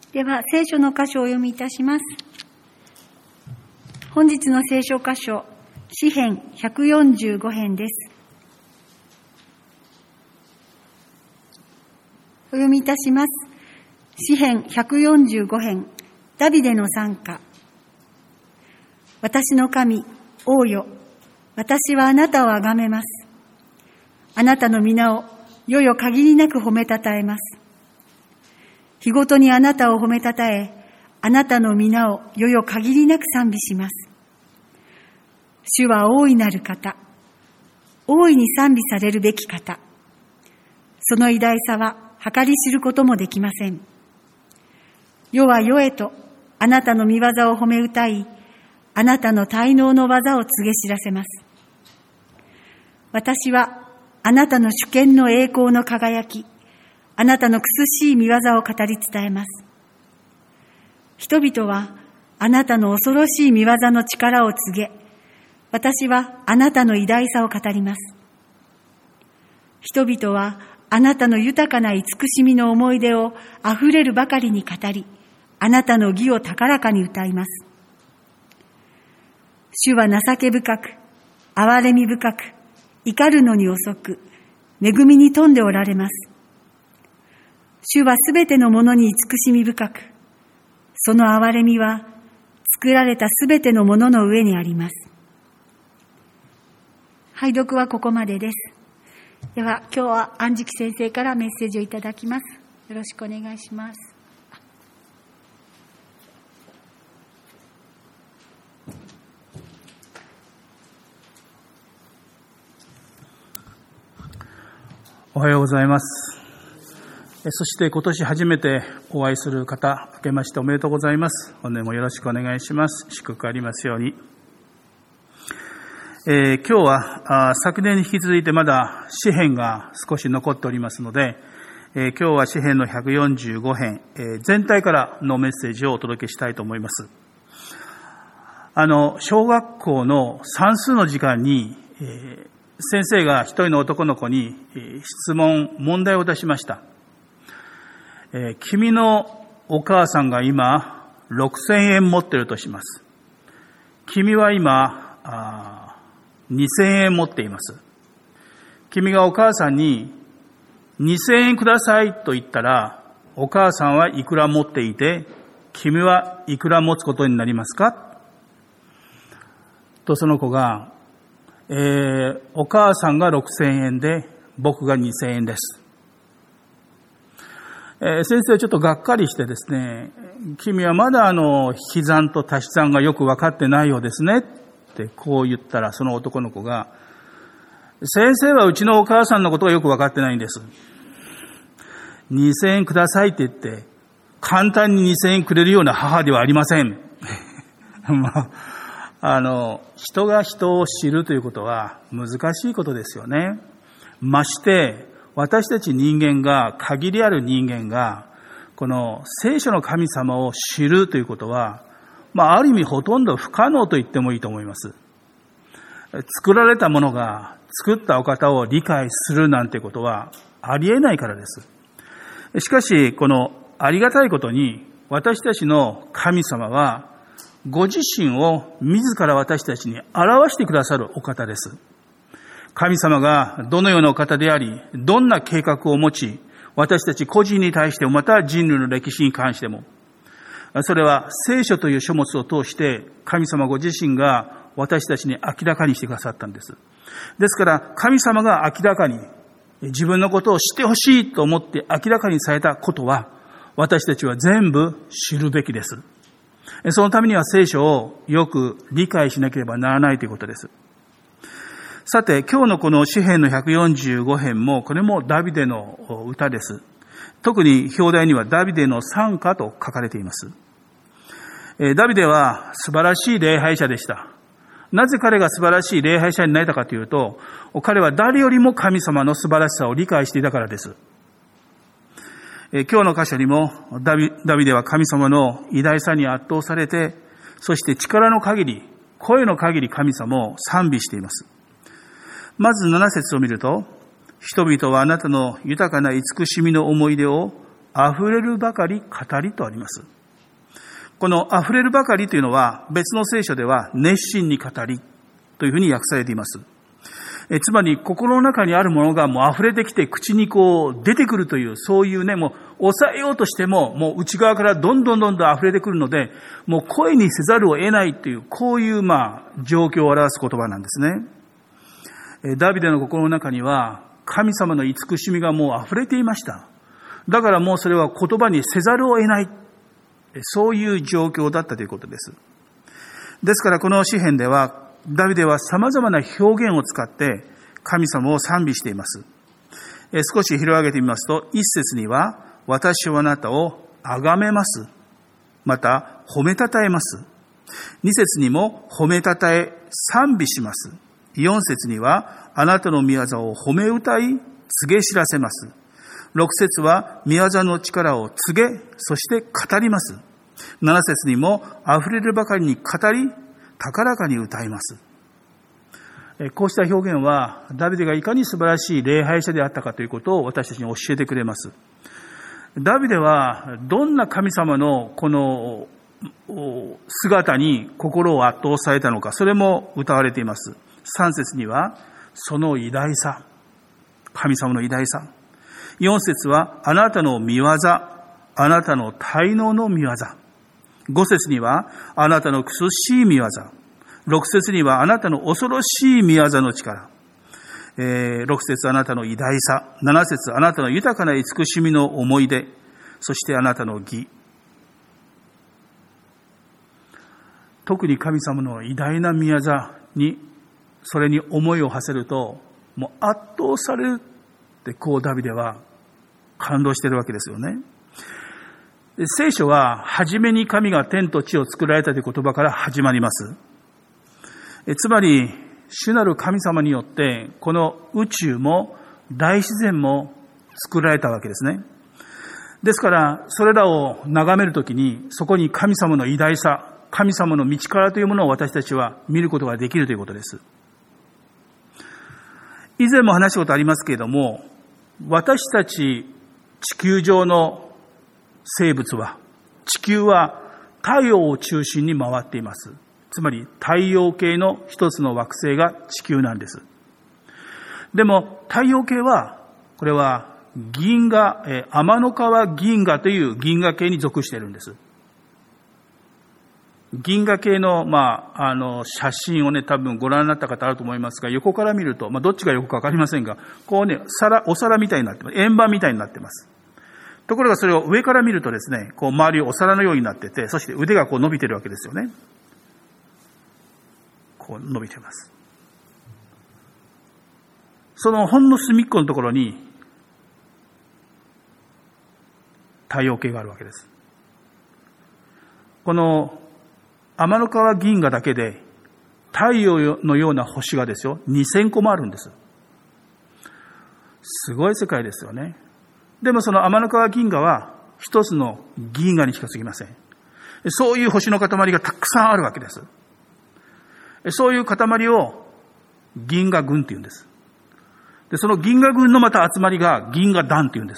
では、聖書の箇所をお読みいたします。本日の聖書箇所、詩編145編です。お読みいたします。詩編145編、ダビデの賛歌。私の神、王よ、私はあなたをあがめます。あなたの皆をよよ限りなく褒めたたえます。日ごとにあなたを褒めたたえ、あなたの皆をよよ限りなく賛美します。主は大いなる方、大いに賛美されるべき方。その偉大さは計り知ることもできません。世は世へとあなたの御業を褒め歌い、あなたの大能の技を告げ知らせます。私はあなたの主権の栄光の輝き、あなたの苦しい御業を語り伝えます。人々はあなたの恐ろしい御業の力を告げ、私はあなたの偉大さを語ります。人々はあなたの豊かな慈しみの思い出をあふれるばかりに語り、あなたの義を高らかに歌います。主は情け深く、憐れみ深く、怒るのに遅く、恵みに富んでおられます。主はすべてのものに慈しみ深く、その憐れみは作られたすべてのものの上にあります。拝読はここまでです。では、今日は安食先生からメッセージをいただきます。よろしくお願いします。 おはようございます。そして今年初めてお会いする方、明けましておめでとうございます。本年もよろしくお願いします。祝福ありますように。今日は昨年に引き続いてまだ詩編が少し残っておりますので、今日は詩編の145編、全体からのメッセージをお届けしたいと思います。小学校の算数の時間に、先生が一人の男の子に問題を出しました。君のお母さんが今6000円持っているとします。君は今2000円持っています。君がお母さんに2000円くださいと言ったら、お母さんはいくら持っていて、君はいくら持つことになりますかとその子が、お母さんが6000円で僕が2000円です。先生はちょっとがっかりしてですね、君はまだ引き算と足し算がよく分かってないようですねってこう言ったら、その男の子が、先生はうちのお母さんのことがよく分かってないんです。2000円くださいって言って簡単に2000円くれるような母ではありません。人が人を知るということは難しいことですよね。まして私たち人間が、限りある人間がこの聖書の神様を知るということは、ある意味ほとんど不可能と言ってもいいと思います。作られたものが作ったお方を理解するなんてことはありえないからです。しかしこのありがたいことに、私たちの神様はご自身を自ら私たちに表してくださるお方です。神様がどのようなお方であり、どんな計画を持ち、私たち個人に対しても、また人類の歴史に関しても、それは聖書という書物を通して神様ご自身が私たちに明らかにしてくださったんです。ですから神様が明らかに自分のことを知ってほしいと思って明らかにされたことは、私たちは全部知るべきです。そのためには聖書をよく理解しなければならないということです。さて、今日のこの詩編の145編も、これもダビデの歌です。特に表題にはダビデの賛歌と書かれています。ダビデは素晴らしい礼拝者でした。なぜ彼が素晴らしい礼拝者になれたかというと、彼は誰よりも神様の素晴らしさを理解していたからです。今日の箇所にもダビデは神様の偉大さに圧倒されて、そして力の限り、声の限り神様を賛美しています。まず7節を見ると、人々はあなたの豊かな慈しみの思い出を溢れるばかり語りとあります。この溢れるばかりというのは別の聖書では熱心に語りというふうに訳されています。つまり心の中にあるものがもう溢れてきて口に出てくるという、そういうね、もう抑えようとしてももう内側からどんどん溢れてくるので、もう声にせざるを得ないという、こういう状況を表す言葉なんですね。ダビデの心の中には神様の慈しみがもう溢れていました。だからもうそれは言葉にせざるを得ない、そういう状況だったということです。ですからこの詩編ではダビデは様々な表現を使って神様を賛美しています。少し広げてみますと、一節には私はあなたを崇めます。また褒めたたえます。二節にも褒めたたえ賛美します。四節にはあなたの御業を褒め歌い告げ知らせます。六節は御業の力を告げ、そして語ります。七節にも溢れるばかりに語り、高らかに歌います。こうした表現はダビデがいかに素晴らしい礼拝者であったかということを私たちに教えてくれます。ダビデはどんな神様のこの姿に心を圧倒されたのか、それも歌われています。3節にはその偉大さ、神様の偉大さ。4節はあなたの御業、あなたの大能の御業。5節にはあなたの苦しい御業。6節にはあなたの恐ろしい御業の力。6節あなたの偉大さ。7節あなたの豊かな慈しみの思い出。そしてあなたの義。特に神様の偉大な御業に、それに思いを馳せると、もう圧倒されるってダビデは感動しているわけですよね。聖書は、はじめに神が天と地を作られたという言葉から始まります。つまり、主なる神様によって、この宇宙も大自然も作られたわけですね。ですから、それらを眺めるときに、そこに神様の偉大さ、神様の道からというものを私たちは見ることができるということです。以前も話したことありますけれども、私たち地球上の生物は、地球は太陽を中心に回っています。つまり太陽系の一つの惑星が地球なんです。でも太陽系は、これは銀河、天の川銀河という銀河系に属しているんです。銀河系の、写真をね、多分ご覧になった方あると思いますが、横から見ると、どっちが横かわかりませんが、お皿みたいになってます。円盤みたいになってます。ところがそれを上から見るとですね、周りをお皿のようになってて、そして腕が伸びてるわけですよね。伸びてます。そのほんの隅っこのところに、太陽系があるわけです。この天の川銀河だけで太陽のような星がですよ、2000個もあるんです。すごい世界ですよね。でもその天の川銀河は一つの銀河にしか過ぎません。そういう星の塊がたくさんあるわけです。そういう塊を銀河群って言うんです。で、その銀河群のまた集まりが銀河団って言うんです。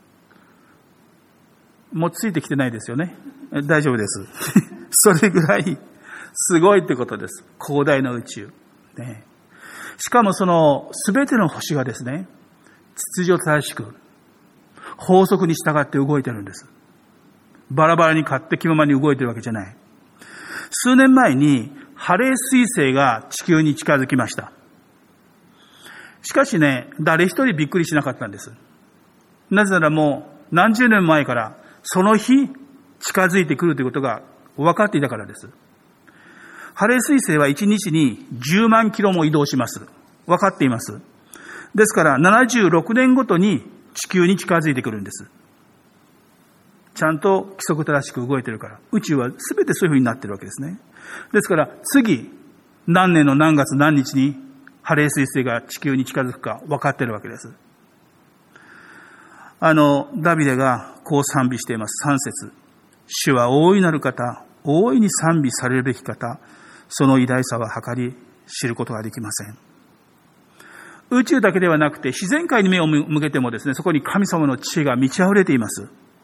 もうついてきてないですよね。大丈夫です。それぐらいすごいってことです。広大な宇宙。ね、しかもそのすべての星がですね、秩序正しく、法則に従って動いてるんです。バラバラに勝手気ままに動いてるわけじゃない。数年前にハレー彗星が地球に近づきました。しかしね、誰一人びっくりしなかったんです。なぜならもう何十年前からその日近づいてくるということが分かっていたからです。ハレー彗星は1日に10万キロも移動します。分かっています。ですから76年ごとに地球に近づいてくるんです。ちゃんと規則正しく動いてるから。宇宙は全てそういうふうになってるわけですね。ですから次何年の何月何日にハレー彗星が地球に近づくか分かってるわけです。ダビデがこう賛美しています。3節。主は大いなる方、大いに賛美されるべき方、その偉大さは計り知ることができません。宇宙だけではなくて自然界に目を向けてもですね、そこに神様の知恵が満ち溢れています。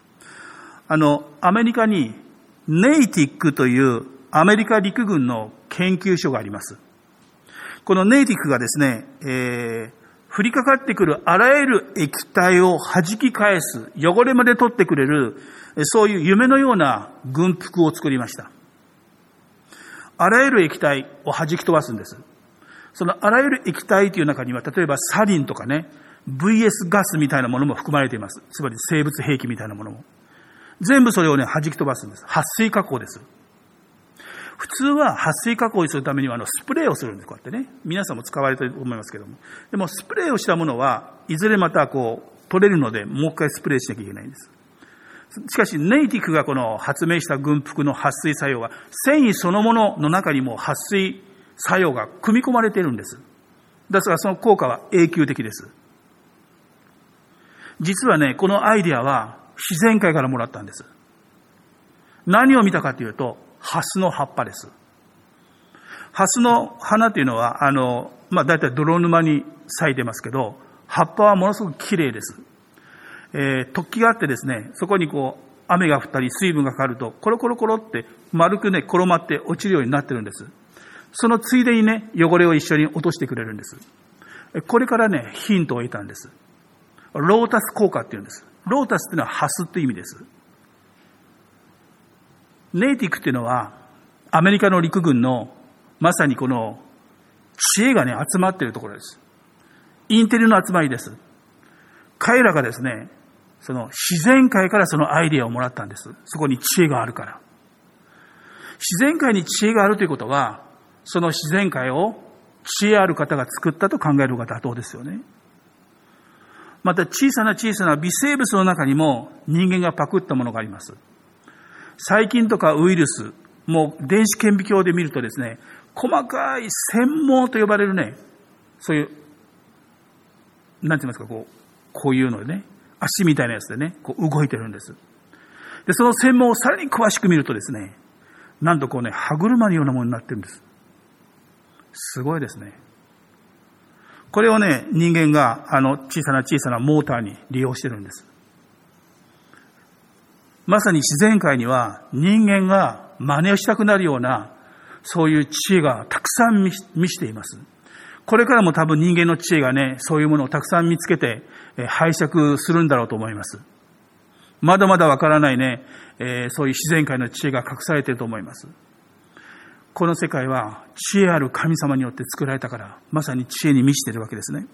アメリカにネイティックというアメリカ陸軍の研究所があります。このネイティックがですね、降りかかってくるあらゆる液体を弾き返す、汚れまで取ってくれる、そういう夢のような軍服を作りました。あらゆる液体を弾き飛ばすんです。そのあらゆる液体という中には、例えばサリンとかね、VS ガスみたいなものも含まれています。つまり生物兵器みたいなものも。全部それをね、弾き飛ばすんです。撥水加工です。普通は撥水加工にするためにはスプレーをするんです。こうやってね。皆さんも使われていると思いますけども。でもスプレーをしたものはいずれまた取れるので、もう一回スプレーしなきゃいけないんです。しかしネイティックがこの発明した軍服の撥水作用が、繊維そのものの中にも撥水作用が組み込まれているんです。だからその効果は永久的です。実はね、このアイデアは自然界からもらったんです。何を見たかというと、ハスの葉っぱです。ハスの花というのは、だいたい泥沼に咲いてますけど、葉っぱはものすごく綺麗です。突起があってですね、そこに雨が降ったり水分がかかると、コロコロコロって丸くね、転まって落ちるようになってるんです。そのついでにね、汚れを一緒に落としてくれるんです。これからね、ヒントを得たんです。ロータス効果っていうんです。ロータスっていうのはハスって意味です。ネイティックっていうのはアメリカの陸軍のまさにこの知恵がね、集まっているところです。インテリの集まりです。彼らがですね、その自然界からそのアイデアをもらったんです。そこに知恵があるから。自然界に知恵があるということは、その自然界を知恵ある方が作ったと考える方が妥当ですよね。また小さな微生物の中にも人間がパクったものがあります。細菌とかウイルス、もう電子顕微鏡で見るとですね、細かい繊毛と呼ばれるね、そういう、なんて言いますか、こういうのでね、足みたいなやつでね、動いてるんです。で、その繊毛をさらに詳しく見るとですね、なんと歯車のようなものになってるんです。すごいですね。これをね、人間が小さなモーターに利用してるんです。まさに自然界には人間が真似をしたくなるような、そういう知恵がたくさん満ちています。これからも多分人間の知恵がね、そういうものをたくさん見つけて拝借するんだろうと思います。まだまだわからないね、そういう自然界の知恵が隠されていると思います。この世界は知恵ある神様によって作られたから、まさに知恵に満ちているわけですね。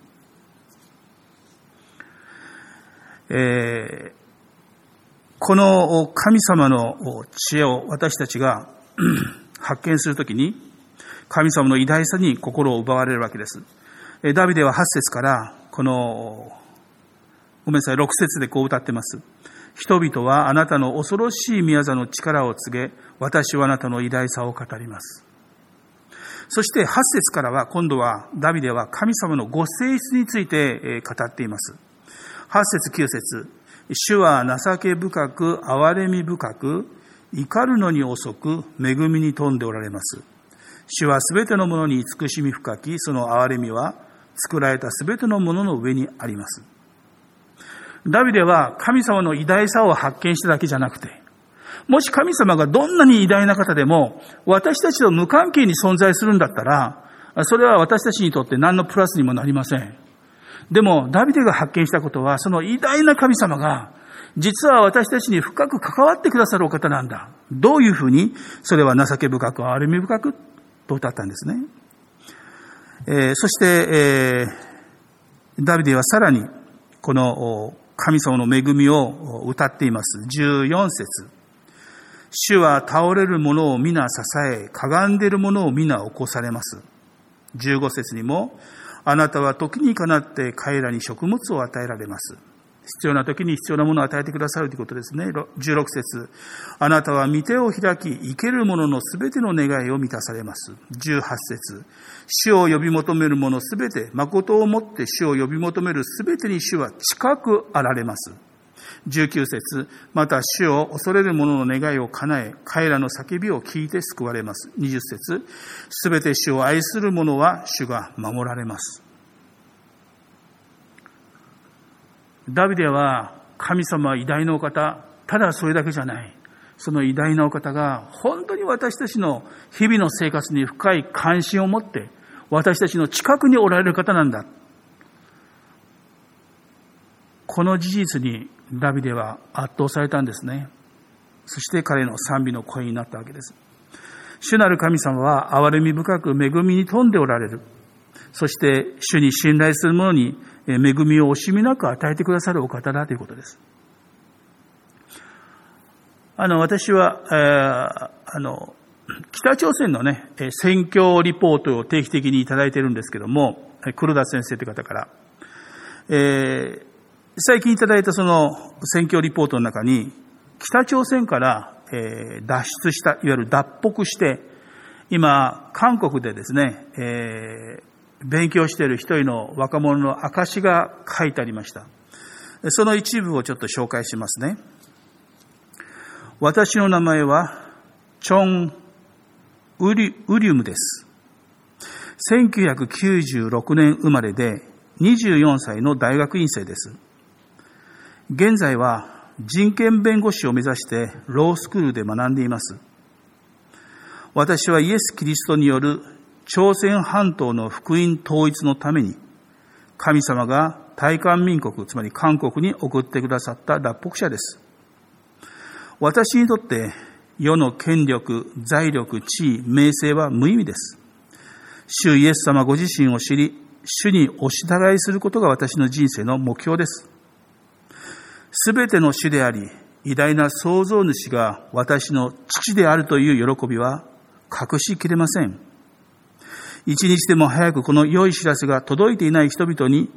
この神様の知恵を私たちが発見するときに、神様の偉大さに心を奪われるわけです。ダビデは8節から6節でこう歌ってます。人々はあなたの恐ろしい宮座の力を告げ、私はあなたの偉大さを語ります。そして8節からは今度はダビデは神様のご性質について語っています。8節9節、主は情け深く憐れみ深く怒るのに遅く恵みに富んでおられます。主はすべてのものに慈しみ深き、その憐れみは作られたすべてのものの上にあります。ダビデは神様の偉大さを発見しただけじゃなくて、もし神様がどんなに偉大な方でも私たちと無関係に存在するんだったら、それは私たちにとって何のプラスにもなりません。でもダビデが発見したことは、その偉大な神様が実は私たちに深く関わってくださるお方なんだ。どういうふうに、それは情け深く憐れみ深くと歌ったんですね。そして、ダビデはさらにこの神様の恵みを歌っています。14節、主は倒れる者を皆支え、かがんでいる者を皆起こされます。15節にも、あなたは時にかなって彼らに食物を与えられます。必要な時に必要なものを与えてくださるということですね。16節、あなたは御手を開き、生ける者のすべての願いを満たされます。18節、主を呼び求める者すべて、誠をもって主を呼び求めるすべてに主は近くあられます。19節、また主を恐れる者の願いを叶え、彼らの叫びを聞いて救われます。20節、すべて主を愛する者は主が守られます。ダビデは神様は偉大なお方、 ただそれだけじゃない。その偉大なお方が本当に私たちの日々の生活に深い関心を持って私たちの近くにおられる方なんだ。この事実にダビデは圧倒されたんですね。そして彼の賛美の声になったわけです。主なる神様は憐れみ深く恵みに富んでおられる。そして主に信頼する者に恵みを惜しみなく与えてくださるお方だということです。私は、北朝鮮のね、選挙リポートを定期的にいただいているんですけども、黒田先生という方から、最近いただいたその選挙リポートの中に、北朝鮮から脱出した、いわゆる脱北して、今、韓国でですね、勉強している一人の若者の証が書いてありました。その一部をちょっと紹介しますね。私の名前はチョン・ウリュムです。1996年生まれで24歳の大学院生です。現在は人権弁護士を目指してロースクールで学んでいます。私はイエス・キリストによる朝鮮半島の福音統一のために神様が大韓民国、つまり韓国に送ってくださった脱北者です。私にとって世の権力、財力、地位、名声は無意味です。主イエス様ご自身を知り、主にお従いすることが私の人生の目標です。すべての主であり、偉大な創造主が私の父であるという喜びは隠しきれません。一日でも早くこの良い知らせが届いていない人々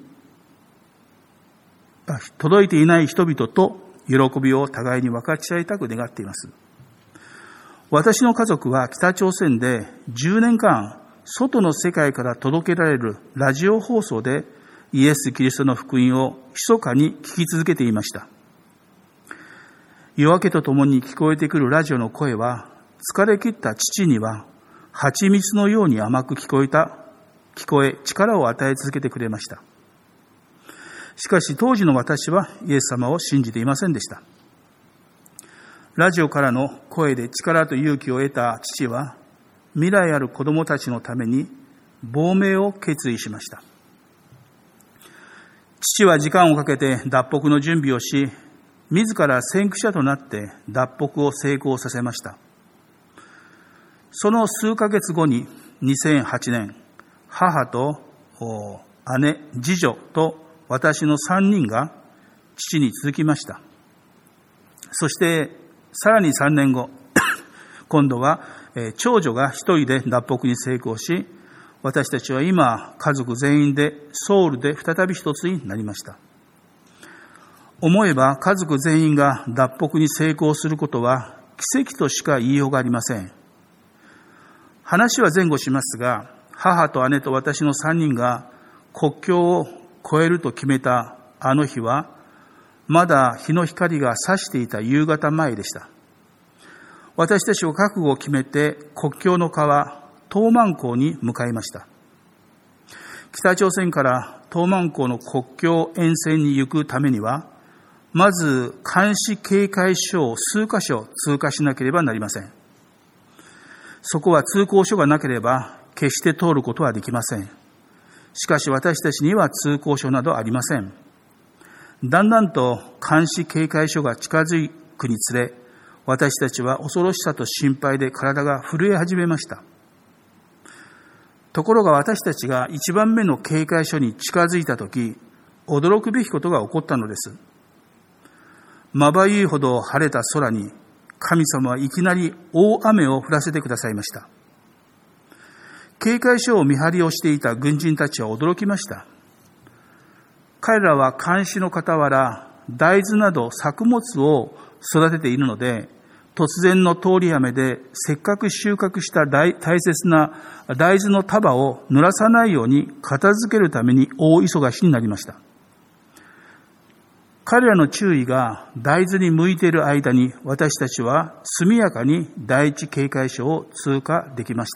と喜びを互いに分かち合いたく願っています。私の家族は北朝鮮で10年間、外の世界から届けられるラジオ放送でイエス・キリストの福音を密かに聞き続けていました。夜明けとともに聞こえてくるラジオの声は、疲れ切った父には蜂蜜のように甘く聞こえ、力を与え続けてくれました。しかし当時の私はイエス様を信じていませんでした。ラジオからの声で力と勇気を得た父は、未来ある子供たちのために亡命を決意しました。父は時間をかけて脱北の準備をし、自ら先駆者となって脱北を成功させました。その数ヶ月後に2008年、母と姉、次女と私の3人が父に続きました。そしてさらに3年後、今度は長女が一人で脱北に成功し、私たちは今家族全員でソウルで再び一つになりました。思えば家族全員が脱北に成功することは奇跡としか言いようがありません。話は前後しますが、母と姉と私の3人が国境を越えると決めたあの日は、まだ日の光が差していた夕方前でした。私たちは覚悟を決めて国境の川、東満港に向かいました。北朝鮮から東満港の国境沿線に行くためには、まず監視警戒所を数カ所通過しなければなりません。そこは通行所がなければ決して通ることはできません。しかし私たちには通行所などありません。だんだんと監視警戒所が近づくにつれ、私たちは恐ろしさと心配で体が震え始めました。ところが私たちが一番目の警戒所に近づいたとき、驚くべきことが起こったのです。まばゆいほど晴れた空に、神様はいきなり大雨を降らせてくださいました。警戒所を見張りをしていた軍人たちは驚きました。彼らは監視の傍ら、大豆など作物を育てているので、突然の通り雨でせっかく収穫した大切な大豆の束を濡らさないように片付けるために大忙しになりました。彼らの注意が大豆に向いている間に、私たちは速やかに第一警戒所を通過できました。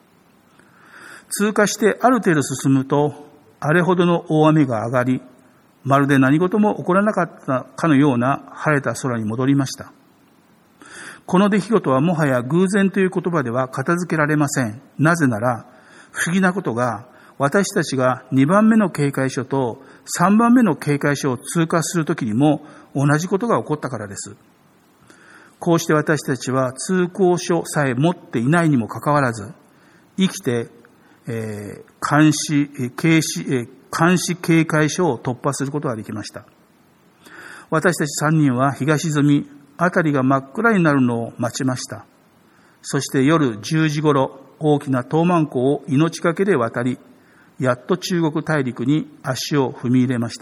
通過してある程度進むと、あれほどの大雨が上がり、 まるで何事も起こらなかったかのような晴れた空に戻りました。この出来事はもはや偶然という言葉では片付けられません。なぜなら、不思議なことが、私たちが2番目の警戒所と3番目の警戒所を通過するときにも同じことが起こったからです。こうして私たちは通行書さえ持っていないにもかかわらず、生きて、監視警戒所を突破することができました。私たち3人は日が沈み、辺りが真っ暗になるのを待ちました。そして夜10時ごろ、大きな東満湖を命がけで渡り、やっと中国大陸に足を踏み入れました。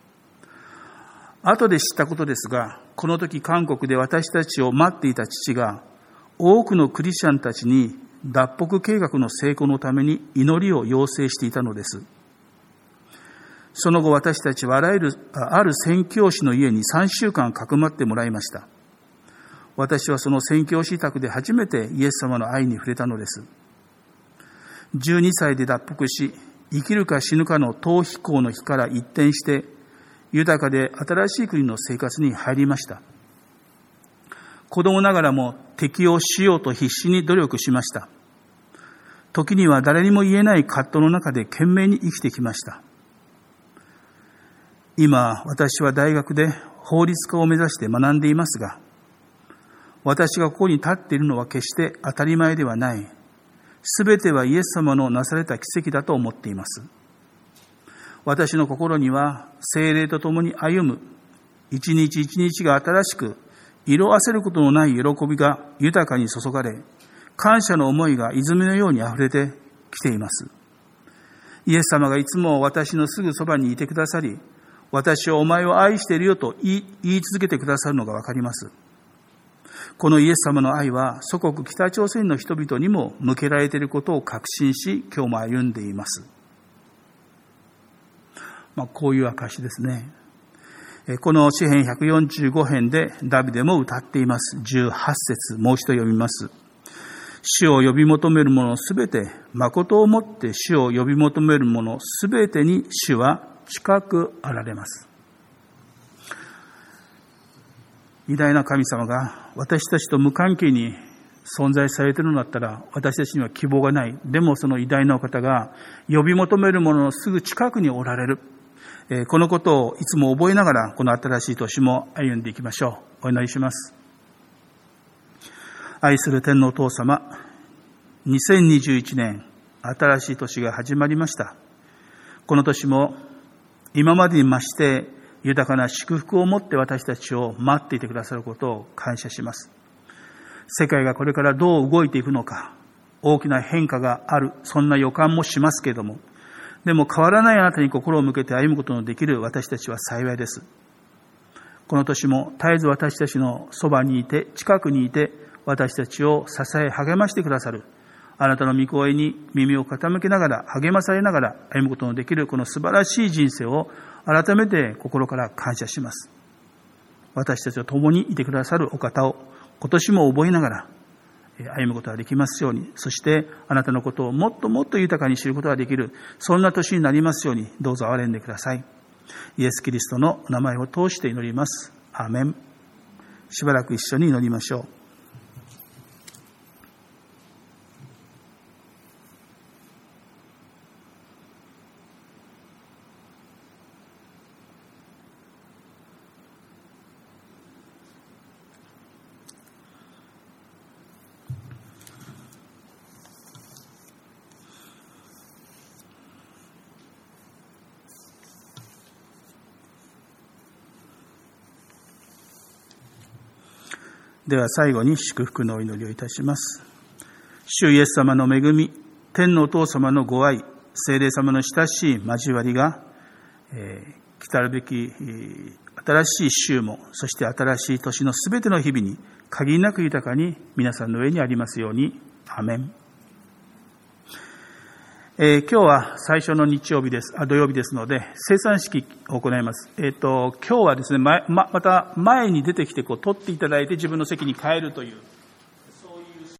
後で知ったことですが、この時韓国で私たちを待っていた父が、多くのクリスチャンたちに脱北計画の成功のために祈りを要請していたのです。その後私たちはある宣教師の家に3週間かくまってもらいました。私はその宣教師宅で初めてイエス様の愛に触れたのです。12歳で脱北し、生きるか死ぬかの逃避行の日から一転して、豊かで新しい国の生活に入りました。子供ながらも適応しようと必死に努力しました。時には誰にも言えない葛藤の中で懸命に生きてきました。今、私は大学で法律家を目指して学んでいますが、私がここに立っているのは決して当たり前ではない。すべてはイエス様のなされた奇跡だと思っています。私の心には聖霊と共に歩む、一日一日が新しく、色あせることのない喜びが豊かに注がれ、感謝の思いが泉のように溢れてきています。イエス様がいつも私のすぐそばにいてくださり、私はお前を愛しているよと言い続けてくださるのがわかります。このイエス様の愛は祖国北朝鮮の人々にも向けられていることを確信し、今日も歩んでいます。こういう証ですね。この詩編145編でダビデも歌っています。18節、もう一度読みます。主を呼び求める者すべて、誠をもって主を呼び求める者すべてに主は近くあられます。偉大な神様が私たちと無関係に存在されているのだったら、私たちには希望がない。でもその偉大なお方が呼び求める者のすぐ近くにおられる。このことをいつも覚えながら、この新しい年も歩んでいきましょう。お祈りします。愛する天のお父様、2021年、新しい年が始まりました。この年も今までに増して豊かな祝福を持って私たちを待っていてくださることを感謝します。世界がこれからどう動いていくのか、大きな変化がある、そんな予感もしますけれども、でも変わらないあなたに心を向けて歩むことのできる私たちは幸いです。この年も絶えず私たちのそばにいて、近くにいて、私たちを支え励ましてくださる、あなたの御声に耳を傾けながら、励まされながら歩むことのできるこの素晴らしい人生を改めて心から感謝します。私たちと共にいてくださるお方を今年も覚えながら歩むことができますように、そしてあなたのことをもっともっと豊かに知ることができる、そんな年になりますように、どうぞ憐れんでください。イエス・キリストの名前を通して祈ります。アーメン。しばらく一緒に祈りましょう。では最後に祝福のお祈りをいたします。主イエス様の恵み、天のお父様のご愛、聖霊様の親しい交わりが、来たるべき新しい週も、そして新しい年のすべての日々に限りなく豊かに皆さんの上にありますように。アーメン。今日は最初の土曜日ですので、生産式を行います。今日はですね、また前に出てきて取っていただいて自分の席に帰るという